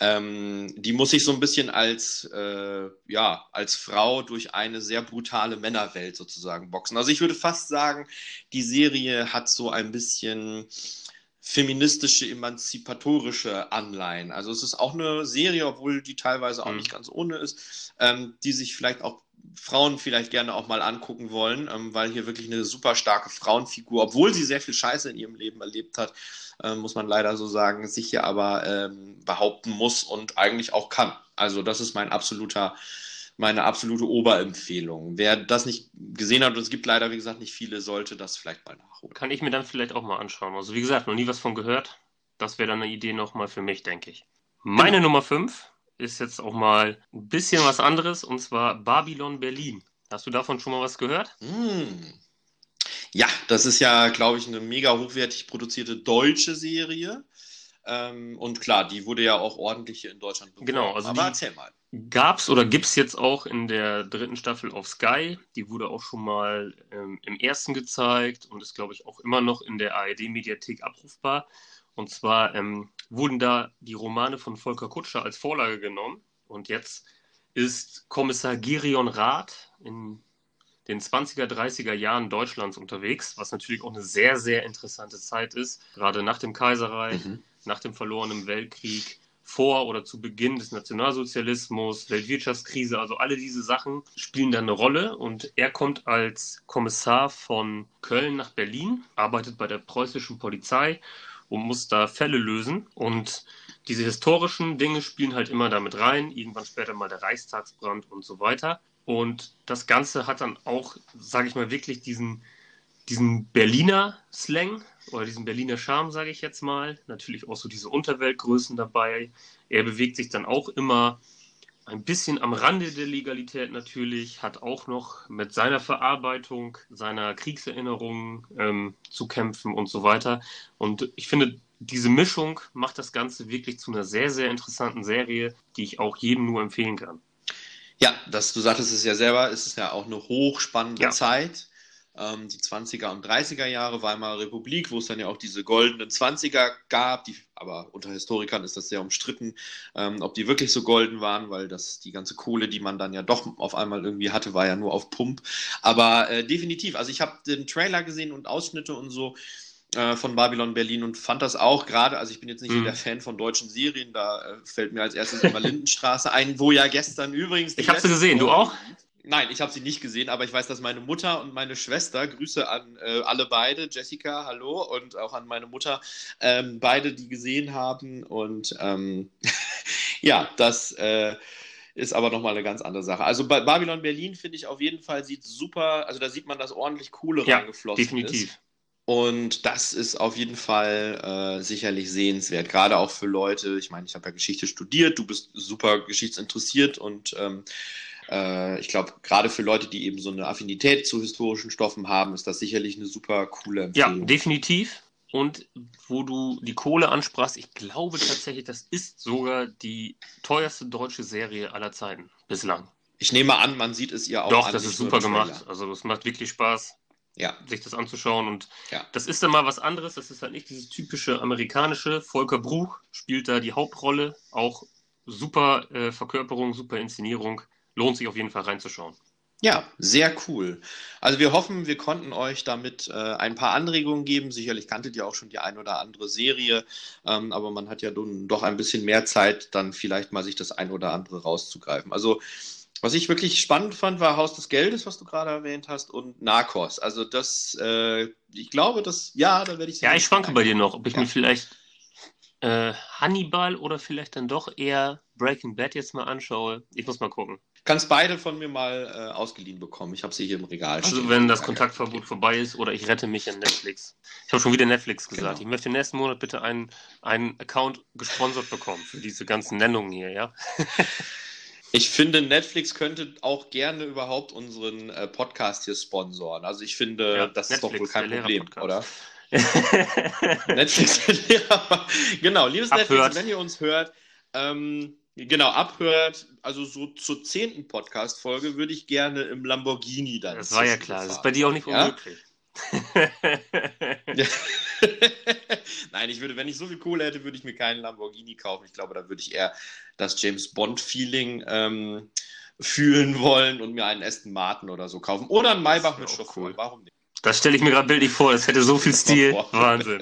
ähm, die muss sich so ein bisschen als, äh, ja, als Frau durch eine sehr brutale Männerwelt sozusagen boxen. Also ich würde fast sagen, die Serie hat so ein bisschen feministische, emanzipatorische Anleihen. Also es ist auch eine Serie, obwohl die teilweise auch Mhm. nicht ganz ohne ist, ähm, die sich vielleicht auch Frauen vielleicht gerne auch mal angucken wollen, ähm, weil hier wirklich eine super starke Frauenfigur, obwohl sie sehr viel Scheiße in ihrem Leben erlebt hat, äh, muss man leider so sagen, sich hier aber ähm, behaupten muss und eigentlich auch kann. Also das ist mein absoluter, meine absolute Oberempfehlung. Wer das nicht gesehen hat, und es gibt leider, wie gesagt, nicht viele, sollte das vielleicht mal nachholen. Kann ich mir dann vielleicht auch mal anschauen. Also wie gesagt, noch nie was von gehört. Das wäre dann eine Idee nochmal für mich, denke ich. Meine Genau. Nummer fünf ist jetzt auch mal ein bisschen was anderes, und zwar Babylon Berlin. Hast du davon schon mal was gehört? Mm. Ja, das ist ja, glaube ich, eine mega hochwertig produzierte deutsche Serie. Ähm, und klar, die wurde ja auch ordentlich hier in Deutschland beworben. Genau, also Aber die erzähl mal. gab's oder gibt's jetzt auch in der dritten Staffel auf Sky. Die wurde auch schon mal ähm, im ersten gezeigt und ist, glaube ich, auch immer noch in der A R D-Mediathek abrufbar. Und zwar ähm, wurden da die Romane von Volker Kutscher als Vorlage genommen. Und jetzt ist Kommissar Gerion Rath in den zwanziger, dreißiger Jahren Deutschlands unterwegs, was natürlich auch eine sehr, sehr interessante Zeit ist. Gerade nach dem Kaiserreich, Mhm. nach dem verlorenen Weltkrieg, vor oder zu Beginn des Nationalsozialismus, Weltwirtschaftskrise, also alle diese Sachen spielen da eine Rolle. Und er kommt als Kommissar von Köln nach Berlin, arbeitet bei der preußischen Polizei und muss da Fälle lösen. Und diese historischen Dinge spielen halt immer damit rein. Irgendwann später mal der Reichstagsbrand und so weiter. Und das Ganze hat dann auch, sage ich mal, wirklich diesen, diesen Berliner Slang oder diesen Berliner Charme, sage ich jetzt mal. Natürlich auch so diese Unterweltgrößen dabei. Er bewegt sich dann auch immer ein bisschen am Rande der Legalität natürlich, hat auch noch mit seiner Verarbeitung seiner Kriegserinnerungen ähm, zu kämpfen und so weiter. Und ich finde, diese Mischung macht das Ganze wirklich zu einer sehr, sehr interessanten Serie, die ich auch jedem nur empfehlen kann. Ja, das, du sagtest es ja selber, es ist ja auch eine hochspannende Ja. Zeit. Ähm, die zwanziger und dreißiger Jahre Weimarer Republik, wo es dann ja auch diese goldenen zwanziger gab, die, aber unter Historikern ist das sehr umstritten, ähm, ob die wirklich so golden waren, weil das die ganze Kohle, die man dann ja doch auf einmal irgendwie hatte, war ja nur auf Pump. Aber äh, definitiv, also ich habe den Trailer gesehen und Ausschnitte und so äh, von Babylon Berlin und fand das auch gerade, also ich bin jetzt nicht Mhm. so der Fan von deutschen Serien, da äh, fällt mir als erstes immer Lindenstraße ein, wo ja gestern übrigens die Ich habe sie letzte gesehen, du Folge auch? lief. Nein, ich habe sie nicht gesehen, aber ich weiß, dass meine Mutter und meine Schwester, Grüße an äh, alle beide, Jessica, hallo, und auch an meine Mutter, ähm, beide die gesehen haben. Und ähm, ja, das äh, ist aber nochmal eine ganz andere Sache. Also bei Babylon Berlin finde ich auf jeden Fall, sieht super, also da sieht man, dass ordentlich Kohle Ja, reingeflossen definitiv. ist. Und das ist auf jeden Fall äh, sicherlich sehenswert, gerade auch für Leute, ich meine, ich habe ja Geschichte studiert, du bist super geschichtsinteressiert und ähm, äh, ich glaube, gerade für Leute, die eben so eine Affinität zu historischen Stoffen haben, ist das sicherlich eine super coole Ja, Empfehlung. definitiv. Und wo du die Kohle ansprachst, ich glaube tatsächlich, das ist sogar die teuerste deutsche Serie aller Zeiten bislang. Ich nehme an, man sieht es ihr auch Doch, an. das nicht ist nur super im Trailer. gemacht. Also es macht wirklich Spaß, Ja, sich das anzuschauen. Und ja. das ist dann mal was anderes. Das ist halt nicht dieses typische amerikanische. Volker Bruch spielt da die Hauptrolle. Auch super äh, Verkörperung, super Inszenierung. Lohnt sich auf jeden Fall reinzuschauen. Ja, sehr cool. Also wir hoffen, wir konnten euch damit äh, ein paar Anregungen geben. Sicherlich kanntet ihr auch schon die ein oder andere Serie, ähm, aber man hat ja nun doch ein bisschen mehr Zeit, dann vielleicht mal sich das ein oder andere rauszugreifen. Also was ich wirklich spannend fand, war Haus des Geldes, was du gerade erwähnt hast, und Narcos. Also das, äh, ich glaube, das, ja, da werde ich Ja, ich schwanke bei dir noch, ob ich Ja. mir vielleicht äh, Hannibal oder vielleicht dann doch eher Breaking Bad jetzt mal anschaue. Ich muss mal gucken. Kannst beide von mir mal äh, ausgeliehen bekommen. Ich habe sie hier im Regal Also stehen. wenn das Gar kein Kontaktverbot Problem. vorbei ist oder ich rette mich an Netflix. Ich habe schon wieder Netflix gesagt. Genau. Ich möchte nächsten Monat bitte einen, einen Account gesponsert bekommen für diese ganzen Nennungen hier, ja? Ich finde, Netflix könnte auch gerne überhaupt unseren äh, Podcast hier sponsoren. Also ich finde, Ja, das ist Netflix, doch wohl kein der Problem, oder? Lehrerpodcast. Netflix, ja, genau, liebes Abhört. Netflix, wenn ihr uns hört, ähm, genau, abhört, also so zur zehnten Podcast-Folge würde ich gerne im Lamborghini dann Das war ja klar, das ist bei dir auch nicht ja? unmöglich. Ja. Nein, ich würde, wenn ich so viel Kohle hätte, würde ich mir keinen Lamborghini kaufen. Ich glaube, da würde ich eher das James Bond-Feeling ähm, fühlen wollen und mir einen Aston Martin oder so kaufen. Oder einen Maybach mit Chauffeur. Cool. Warum nicht? Das stelle ich mir gerade bildlich vor, das hätte so viel Stil. Wahnsinn.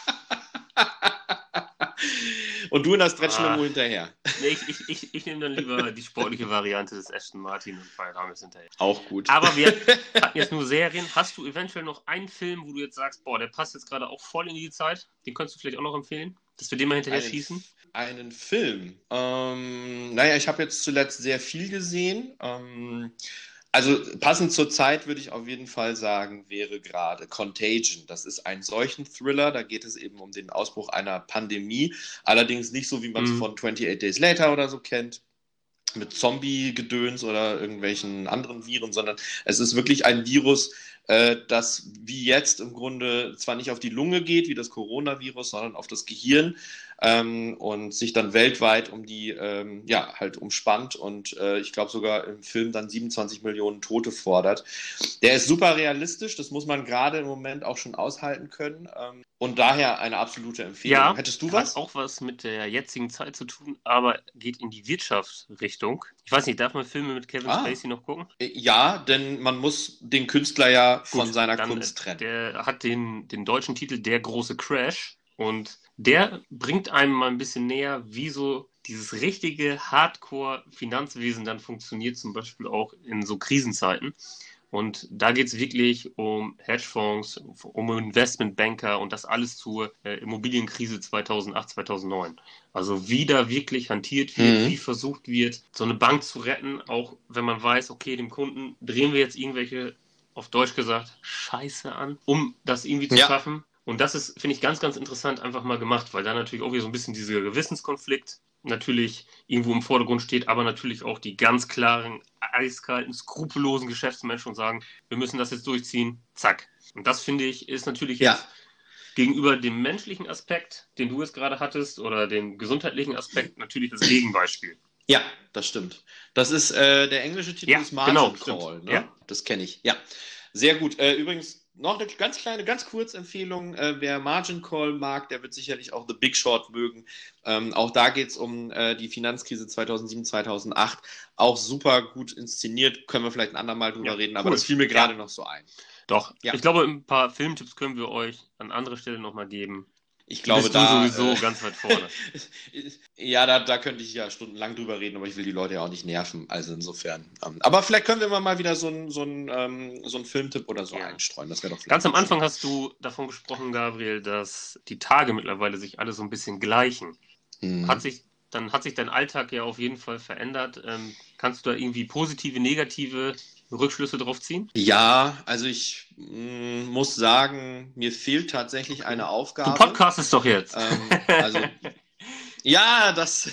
Und du in das Stretch-Limo ah. hinterher. Nee, ich, ich, ich, ich nehme dann lieber die sportliche Variante des Aston Martin und fahre Rames hinterher. Auch gut. Aber wir hatten jetzt nur Serien. Hast du eventuell noch einen Film, wo du jetzt sagst, boah, der passt jetzt gerade auch voll in die Zeit? Den könntest du vielleicht auch noch empfehlen, dass wir den mal hinterher einen, schießen? Einen Film? Ähm, naja, ich habe jetzt zuletzt sehr viel gesehen. Ähm, also passend zur Zeit würde ich auf jeden Fall sagen, wäre gerade Contagion. Das ist ein Seuchenthriller, da geht es eben um den Ausbruch einer Pandemie. Allerdings nicht so, wie man es mhm. von twenty-eight Days Later oder so kennt, mit Zombie-Gedöns oder irgendwelchen anderen Viren, sondern es ist wirklich ein Virus, äh, das wie jetzt im Grunde zwar nicht auf die Lunge geht, wie das Coronavirus, sondern auf das Gehirn ähm, und sich dann weltweit um die, ähm, ja, halt umspannt und äh, ich glaube sogar im Film dann siebenundzwanzig Millionen Tote fordert. Der ist super realistisch, das muss man gerade im Moment auch schon aushalten können ähm, und daher eine absolute Empfehlung. Ja, hättest du was? Hat auch was mit der jetzigen Zeit zu tun, aber geht in die Wirtschaftsrichtung. Ich weiß nicht, darf man Filme mit Kevin ah. Spacey noch gucken? Ja, denn man muss den Künstler ja Gut, von seiner dann, Kunst trennen. Der hat den, den deutschen Titel Der große Crash und der bringt einem mal ein bisschen näher, wie so dieses richtige Hardcore-Finanzwesen dann funktioniert, zum Beispiel auch in so Krisenzeiten. Und da geht es wirklich um Hedgefonds, um Investmentbanker und das alles zur äh, Immobilienkrise zweitausendacht, zweitausendneun. Also wie da wirklich hantiert wird, mhm. wie versucht wird, so eine Bank zu retten, auch wenn man weiß, okay, dem Kunden drehen wir jetzt irgendwelche, auf Deutsch gesagt, Scheiße an, um das irgendwie zu ja. schaffen. Und das ist, finde ich, ganz, ganz interessant einfach mal gemacht, weil da natürlich auch wieder so ein bisschen dieser Gewissenskonflikt natürlich irgendwo im Vordergrund steht, aber natürlich auch die ganz klaren, eiskalten, skrupellosen Geschäftsmenschen und sagen, wir müssen das jetzt durchziehen, zack. Und das, finde ich, ist natürlich jetzt ja. gegenüber dem menschlichen Aspekt, den du jetzt gerade hattest, oder dem gesundheitlichen Aspekt, natürlich das Gegenbeispiel. Ja, das stimmt. Das ist äh, der englische Titel ja, ist Margin genau, Call. Ne? Ja. Das kenne ich. Ja, sehr gut. Äh, übrigens, noch eine ganz kleine, ganz kurze Empfehlung. Äh, wer Margin Call mag, der wird sicherlich auch The Big Short mögen. Ähm, auch da geht es um äh, die Finanzkrise zweitausendsieben, zweitausendacht. Auch super gut inszeniert. Können wir vielleicht ein andermal drüber ja, reden, cool. aber das fiel mir gerade ja. noch so ein. Doch, ja. Ich glaube, ein paar Filmtipps können wir euch an anderer Stelle nochmal geben. Ich glaube, bist da du sowieso äh, ganz weit vorne. Ja, da, da könnte ich ja stundenlang drüber reden, aber ich will die Leute ja auch nicht nerven. Also insofern. Ähm, aber vielleicht können wir immer mal wieder so einen so ähm, so ein Filmtipp oder so ja. einstreuen. Das wäre doch vielleicht Ganz am Anfang hast du davon gesprochen, Gabriel, dass die Tage mittlerweile sich alle so ein bisschen gleichen. Mhm. Hat sich, dann hat sich dein Alltag ja auf jeden Fall verändert. Ähm, kannst du da irgendwie positive, negative Rückschlüsse drauf ziehen? Ja, also ich mh, muss sagen, mir fehlt tatsächlich eine Aufgabe. Du podcastest doch jetzt. Ähm, also, ja, das,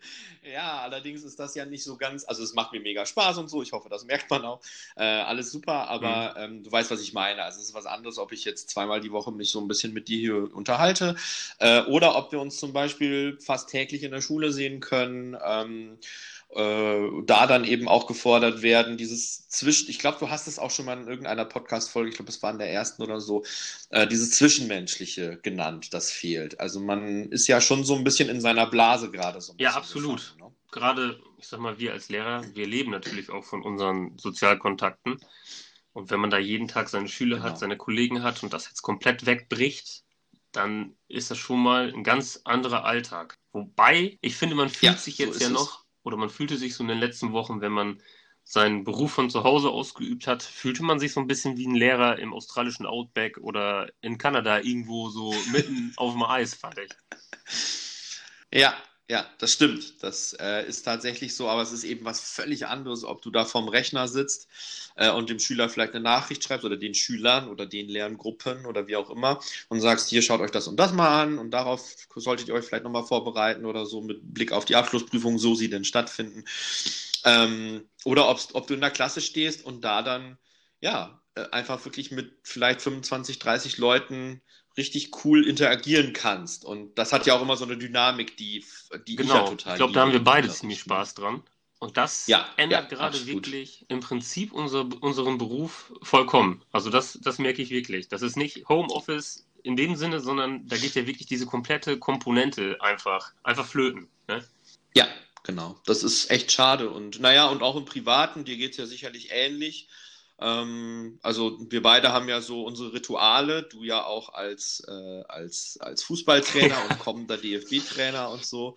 ja, allerdings ist das ja nicht so ganz, also es macht mir mega Spaß und so, ich hoffe, das merkt man auch. Äh, alles super, aber mhm. ähm, du weißt, was ich meine. Also es ist was anderes, ob ich jetzt zweimal die Woche mich so ein bisschen mit dir hier unterhalte äh, oder ob wir uns zum Beispiel fast täglich in der Schule sehen können. Ähm, Äh, da dann eben auch gefordert werden, dieses Zwischen, ich glaube, du hast es auch schon mal in irgendeiner Podcast-Folge, ich glaube, es war in der ersten oder so, äh, dieses Zwischenmenschliche genannt, das fehlt. Also man ist ja schon so ein bisschen in seiner Blase gerade so ein bisschen. Ja, absolut. Gefangen, ne? Gerade, ich sag mal, wir als Lehrer, wir leben natürlich auch von unseren Sozialkontakten. Und wenn man da jeden Tag seine Schüler genau. hat, seine Kollegen hat und das jetzt komplett wegbricht, dann ist das schon mal ein ganz anderer Alltag. Wobei, ich finde, man fühlt ja, sich jetzt so ja noch oder man fühlte sich so in den letzten Wochen, wenn man seinen Beruf von zu Hause ausgeübt hat, fühlte man sich so ein bisschen wie ein Lehrer im australischen Outback oder in Kanada irgendwo so mitten auf dem Eis, fand ich. Ja, ja, das stimmt. Das äh, ist tatsächlich so, aber es ist eben was völlig anderes, ob du da vorm Rechner sitzt äh, und dem Schüler vielleicht eine Nachricht schreibst oder den Schülern oder den Lerngruppen oder wie auch immer und sagst, hier schaut euch das und das mal an und darauf solltet ihr euch vielleicht nochmal vorbereiten oder so mit Blick auf die Abschlussprüfung, so sie denn stattfinden. Ähm, oder ob, ob du in der Klasse stehst und da dann ja, äh, einfach wirklich mit vielleicht fünfundzwanzig, dreißig Leuten richtig cool interagieren kannst. Und das hat ja auch immer so eine Dynamik, die, die ich ja Genau, ich total glaube, da haben liebe wir im beide ziemlich Unterricht. Ne? Spaß dran. Und das Ja, ja, ändert gerade absolut. wirklich im Prinzip unser, unseren Beruf vollkommen. Also das, das merke ich wirklich. Das ist nicht Homeoffice in dem Sinne, sondern da geht ja wirklich diese komplette Komponente einfach, einfach flöten. Ne? Ja, genau. Das ist echt schade. Und naja, und auch im Privaten, dir geht es ja sicherlich ähnlich. Ähm, also wir beide haben ja so unsere Rituale, du ja auch als, äh, als, als Fußballtrainer und kommender D F B-Trainer und so.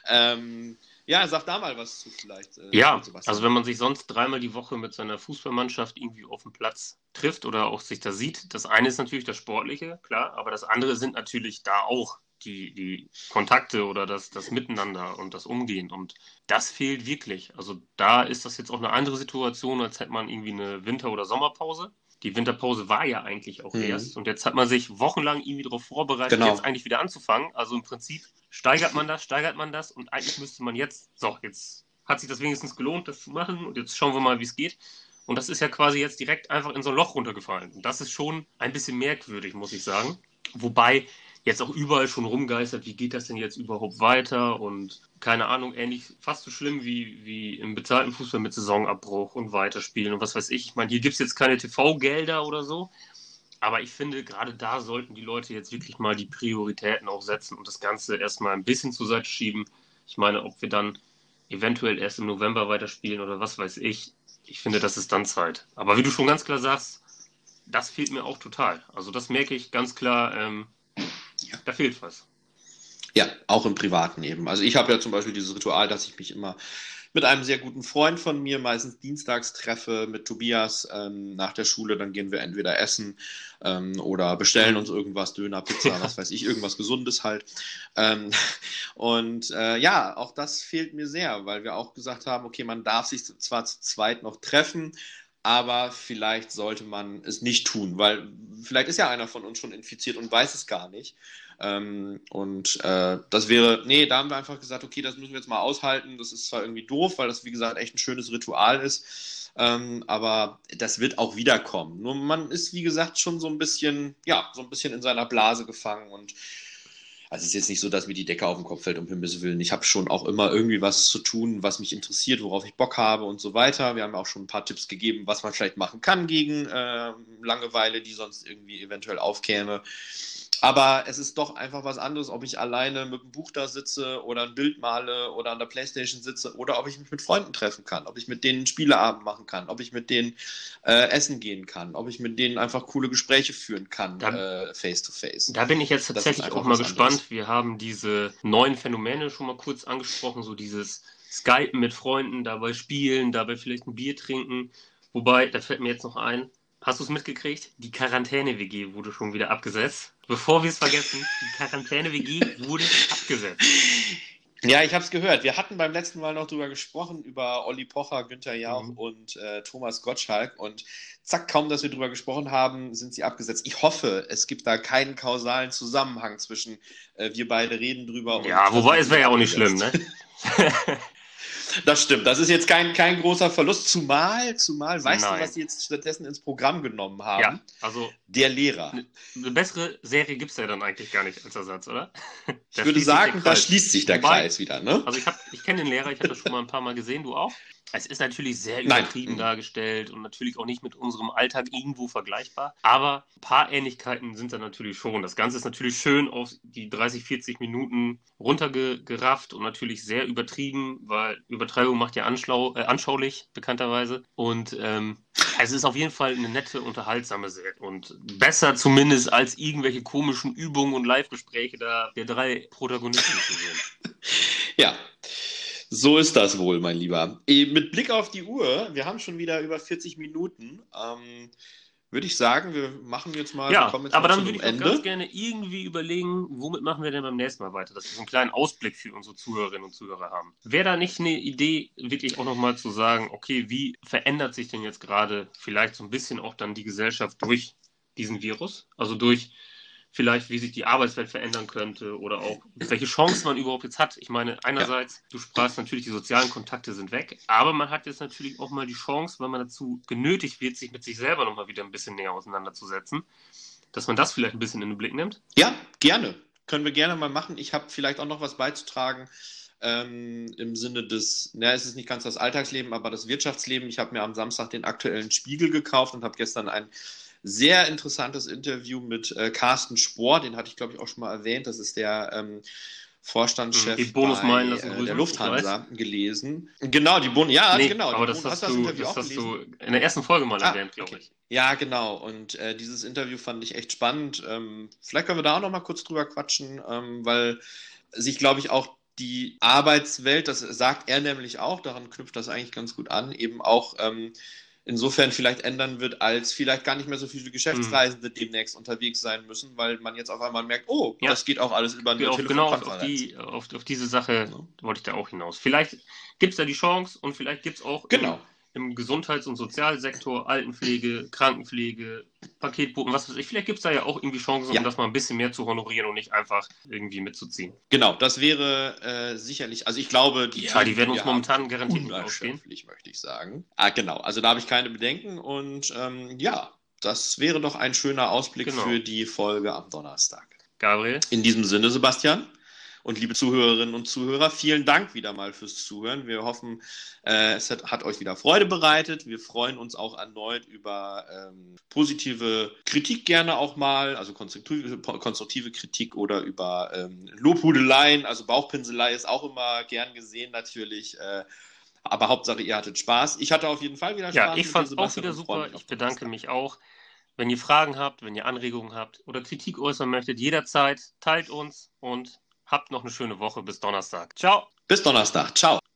Ähm, ja, sag da mal was zu vielleicht, äh, Ja, also Sebastian. wenn man sich sonst dreimal die Woche mit seiner Fußballmannschaft irgendwie auf dem Platz trifft oder auch sich da sieht, das eine ist natürlich das Sportliche, klar, aber das andere sind natürlich da auch die, die Kontakte oder das, das Miteinander und das Umgehen. Und das fehlt wirklich. Also da ist das jetzt auch eine andere Situation, als hätte man irgendwie eine Winter- oder Sommerpause. Die Winterpause war ja eigentlich auch Mhm. erst und jetzt hat man sich wochenlang irgendwie darauf vorbereitet, jetzt Genau. eigentlich wieder anzufangen. Also im Prinzip steigert man das, steigert man das und eigentlich müsste man jetzt, so, jetzt hat sich das wenigstens gelohnt, das zu machen und jetzt schauen wir mal, wie es geht. Und das ist ja quasi jetzt direkt einfach in so ein Loch runtergefallen. Und das ist schon ein bisschen merkwürdig, muss ich sagen. Wobei jetzt auch überall schon rumgeistert, wie geht das denn jetzt überhaupt weiter und keine Ahnung, ähnlich, fast so schlimm wie, wie im bezahlten Fußball mit Saisonabbruch und Weiterspielen und was weiß ich. Ich meine, hier gibt es jetzt keine T V-Gelder oder so, aber ich finde, gerade da sollten die Leute jetzt wirklich mal die Prioritäten auch setzen und das Ganze erstmal ein bisschen zur Seite schieben. Ich meine, ob wir dann eventuell erst im November weiterspielen oder was weiß ich, ich finde, das ist dann Zeit. Aber wie du schon ganz klar sagst, das fehlt mir auch total. Also das merke ich ganz klar, ähm, Ja. da fehlt was. Ja, auch im Privaten eben. Also ich habe ja zum Beispiel dieses Ritual, dass ich mich immer mit einem sehr guten Freund von mir, meistens dienstags treffe, mit Tobias ähm, nach der Schule. Dann gehen wir entweder essen ähm, oder bestellen uns irgendwas, Döner, Pizza, Ja. was weiß ich, irgendwas Gesundes halt. Ähm, und äh, ja, auch das fehlt mir sehr, weil wir auch gesagt haben, okay, man darf sich zwar zu zweit noch treffen, aber vielleicht sollte man es nicht tun, weil vielleicht ist ja einer von uns schon infiziert und weiß es gar nicht. Ähm, und äh, das wäre, nee, da haben wir einfach gesagt, okay, das müssen wir jetzt mal aushalten. Das ist zwar irgendwie doof, weil das, wie gesagt, echt ein schönes Ritual ist, ähm, aber das wird auch wiederkommen. Nur man ist, wie gesagt, schon so ein bisschen, ja, so ein bisschen in seiner Blase gefangen und also es ist jetzt nicht so, dass mir die Decke auf den Kopf fällt, um Himmels Willen. Ich habe schon auch immer irgendwie was zu tun, was mich interessiert, worauf ich Bock habe und so weiter. Wir haben auch schon ein paar Tipps gegeben, was man vielleicht machen kann gegen äh, Langeweile, die sonst irgendwie eventuell aufkäme. Aber es ist doch einfach was anderes, ob ich alleine mit einem Buch da sitze oder ein Bild male oder an der Playstation sitze oder ob ich mich mit Freunden treffen kann, ob ich mit denen einen Spieleabend machen kann, ob ich mit denen äh, essen gehen kann, ob ich mit denen einfach coole Gespräche führen kann, Da, äh, face to face. da bin ich jetzt Das ist tatsächlich auch einfach mal was gespannt. anderes. Wir haben diese neuen Phänomene schon mal kurz angesprochen, so dieses Skypen mit Freunden, dabei spielen, dabei vielleicht ein Bier trinken. Wobei, da fällt mir jetzt noch ein, hast du es mitgekriegt? Die Quarantäne-W G wurde schon wieder abgesetzt. Bevor wir es vergessen, die Quarantäne-W G wurde abgesetzt. Ja, ich habe es gehört. Wir hatten beim letzten Mal noch drüber gesprochen, über Olli Pocher, Günther Jauch Mhm. und äh, Thomas Gottschalk. Und zack, kaum, dass wir drüber gesprochen haben, sind sie abgesetzt. Ich hoffe, es gibt da keinen kausalen Zusammenhang zwischen äh, wir beide reden drüber und Ja, das wobei Ding es wäre wird ja auch nicht schlimm, abgesetzt. ne? Das stimmt. Das ist jetzt kein, kein großer Verlust. Zumal, zumal, weißt du, was Nein. sie jetzt stattdessen ins Programm genommen Ja, haben? also Der Lehrer. eine ne bessere Serie gibt es ja dann eigentlich gar nicht als Ersatz, oder? Ich Da würde schließt sich der sagen, da Kreis. schließt sich der Wobei, Kreis wieder, ne? also ich habe, ich kenne den Lehrer, ich habe das schon mal ein paar Mal gesehen, du auch. Es ist natürlich sehr Nein. übertrieben Mhm. dargestellt und natürlich auch nicht mit unserem Alltag irgendwo vergleichbar. Aber ein paar Ähnlichkeiten sind da natürlich schon. Das Ganze ist natürlich schön auf die dreißig, vierzig Minuten runtergerafft und natürlich sehr übertrieben, weil Übertreibung macht ja anschlau, äh, anschaulich, bekannterweise. Und ähm, es ist auf jeden Fall eine nette, unterhaltsame Serie und besser zumindest als irgendwelche komischen Übungen und Live-Gespräche da der drei Protagonisten zu sehen. Ja, so ist das wohl, mein Lieber. Eh, Mit Blick auf die Uhr, wir haben schon wieder über vierzig Minuten, ähm, würde ich sagen, wir machen jetzt mal, wir Ja, kommen jetzt aber mal zu dann würde einem ich auch ganz Ende. gerne irgendwie überlegen, womit machen wir denn beim nächsten Mal weiter, dass wir so einen kleinen Ausblick für unsere Zuhörerinnen und Zuhörer haben. Wäre da nicht eine Idee, wirklich auch nochmal zu sagen, okay, wie verändert sich denn jetzt gerade vielleicht so ein bisschen auch dann die Gesellschaft durch diesen Virus? Also durch vielleicht, wie sich die Arbeitswelt verändern könnte oder auch, welche Chancen man überhaupt jetzt hat. Ich meine, einerseits, ja. du sprachst natürlich, die sozialen Kontakte sind weg, aber man hat jetzt natürlich auch mal die Chance, weil man dazu genötigt wird, sich mit sich selber nochmal wieder ein bisschen näher auseinanderzusetzen, dass man das vielleicht ein bisschen in den Blick nimmt. Ja, gerne. Können wir gerne mal machen. Ich habe vielleicht auch noch was beizutragen ähm, im Sinne des, na, es ist nicht ganz das Alltagsleben, aber das Wirtschaftsleben. Ich habe mir am Samstag den aktuellen Spiegel gekauft und habe gestern ein sehr interessantes Interview mit äh, Carsten Spohr, den hatte ich, glaube ich, auch schon mal erwähnt. Das ist der ähm, Vorstandschef die Bonusmeilen lassen bei, grüßen, äh, der Lufthansa gelesen. Genau, die Bonus, ja, nee, genau. Aber das hast, das, du, das, das hast du in der ersten Folge mal ah, erwähnt, glaube okay. ich. Ja, genau. Und äh, dieses Interview fand ich echt spannend. Ähm, vielleicht können wir da auch noch mal kurz drüber quatschen, ähm, weil sich, glaube ich, auch die Arbeitswelt, das sagt er nämlich auch, daran knüpft das eigentlich ganz gut an, eben auch ähm, insofern vielleicht ändern wird, als vielleicht gar nicht mehr so viele Geschäftsreisende mhm. demnächst unterwegs sein müssen, weil man jetzt auf einmal merkt, oh, ja. das geht auch alles über eine ja, Telefonkonferenz. Genau, auf, die, auf, auf diese Sache ja. wollte ich da auch hinaus. Vielleicht gibt es da die Chance und vielleicht gibt es auch genau. im, im Gesundheits- und Sozialsektor, Altenpflege, Krankenpflege, Paketboten, was weiß ich, vielleicht gibt es da ja auch irgendwie Chancen, ja. um das mal ein bisschen mehr zu honorieren und nicht einfach irgendwie mitzuziehen. Genau, das wäre äh, sicherlich, also ich glaube, die, ja, die werden uns momentan garantiert nicht ausgehen, möchte ich sagen. Ah, genau, also da habe ich keine Bedenken und ähm, ja, das wäre doch ein schöner Ausblick genau. für die Folge am Donnerstag. Gabriel? In diesem Sinne, Sebastian. Und liebe Zuhörerinnen und Zuhörer, vielen Dank wieder mal fürs Zuhören. Wir hoffen, äh, es hat, hat euch wieder Freude bereitet. Wir freuen uns auch erneut über ähm, positive Kritik gerne auch mal, also konstruktive, konstruktive Kritik oder über ähm, Lobhudeleien. Also Bauchpinselei ist auch immer gern gesehen natürlich. Äh, aber Hauptsache, ihr hattet Spaß. Ich hatte auf jeden Fall wieder Spaß. Ja, ich fand es auch wieder super. Ich bedanke mich auch. Wenn ihr Fragen habt, wenn ihr Anregungen habt oder Kritik äußern möchtet, jederzeit teilt uns und habt noch eine schöne Woche. Bis Donnerstag. Ciao. Bis Donnerstag. Ciao.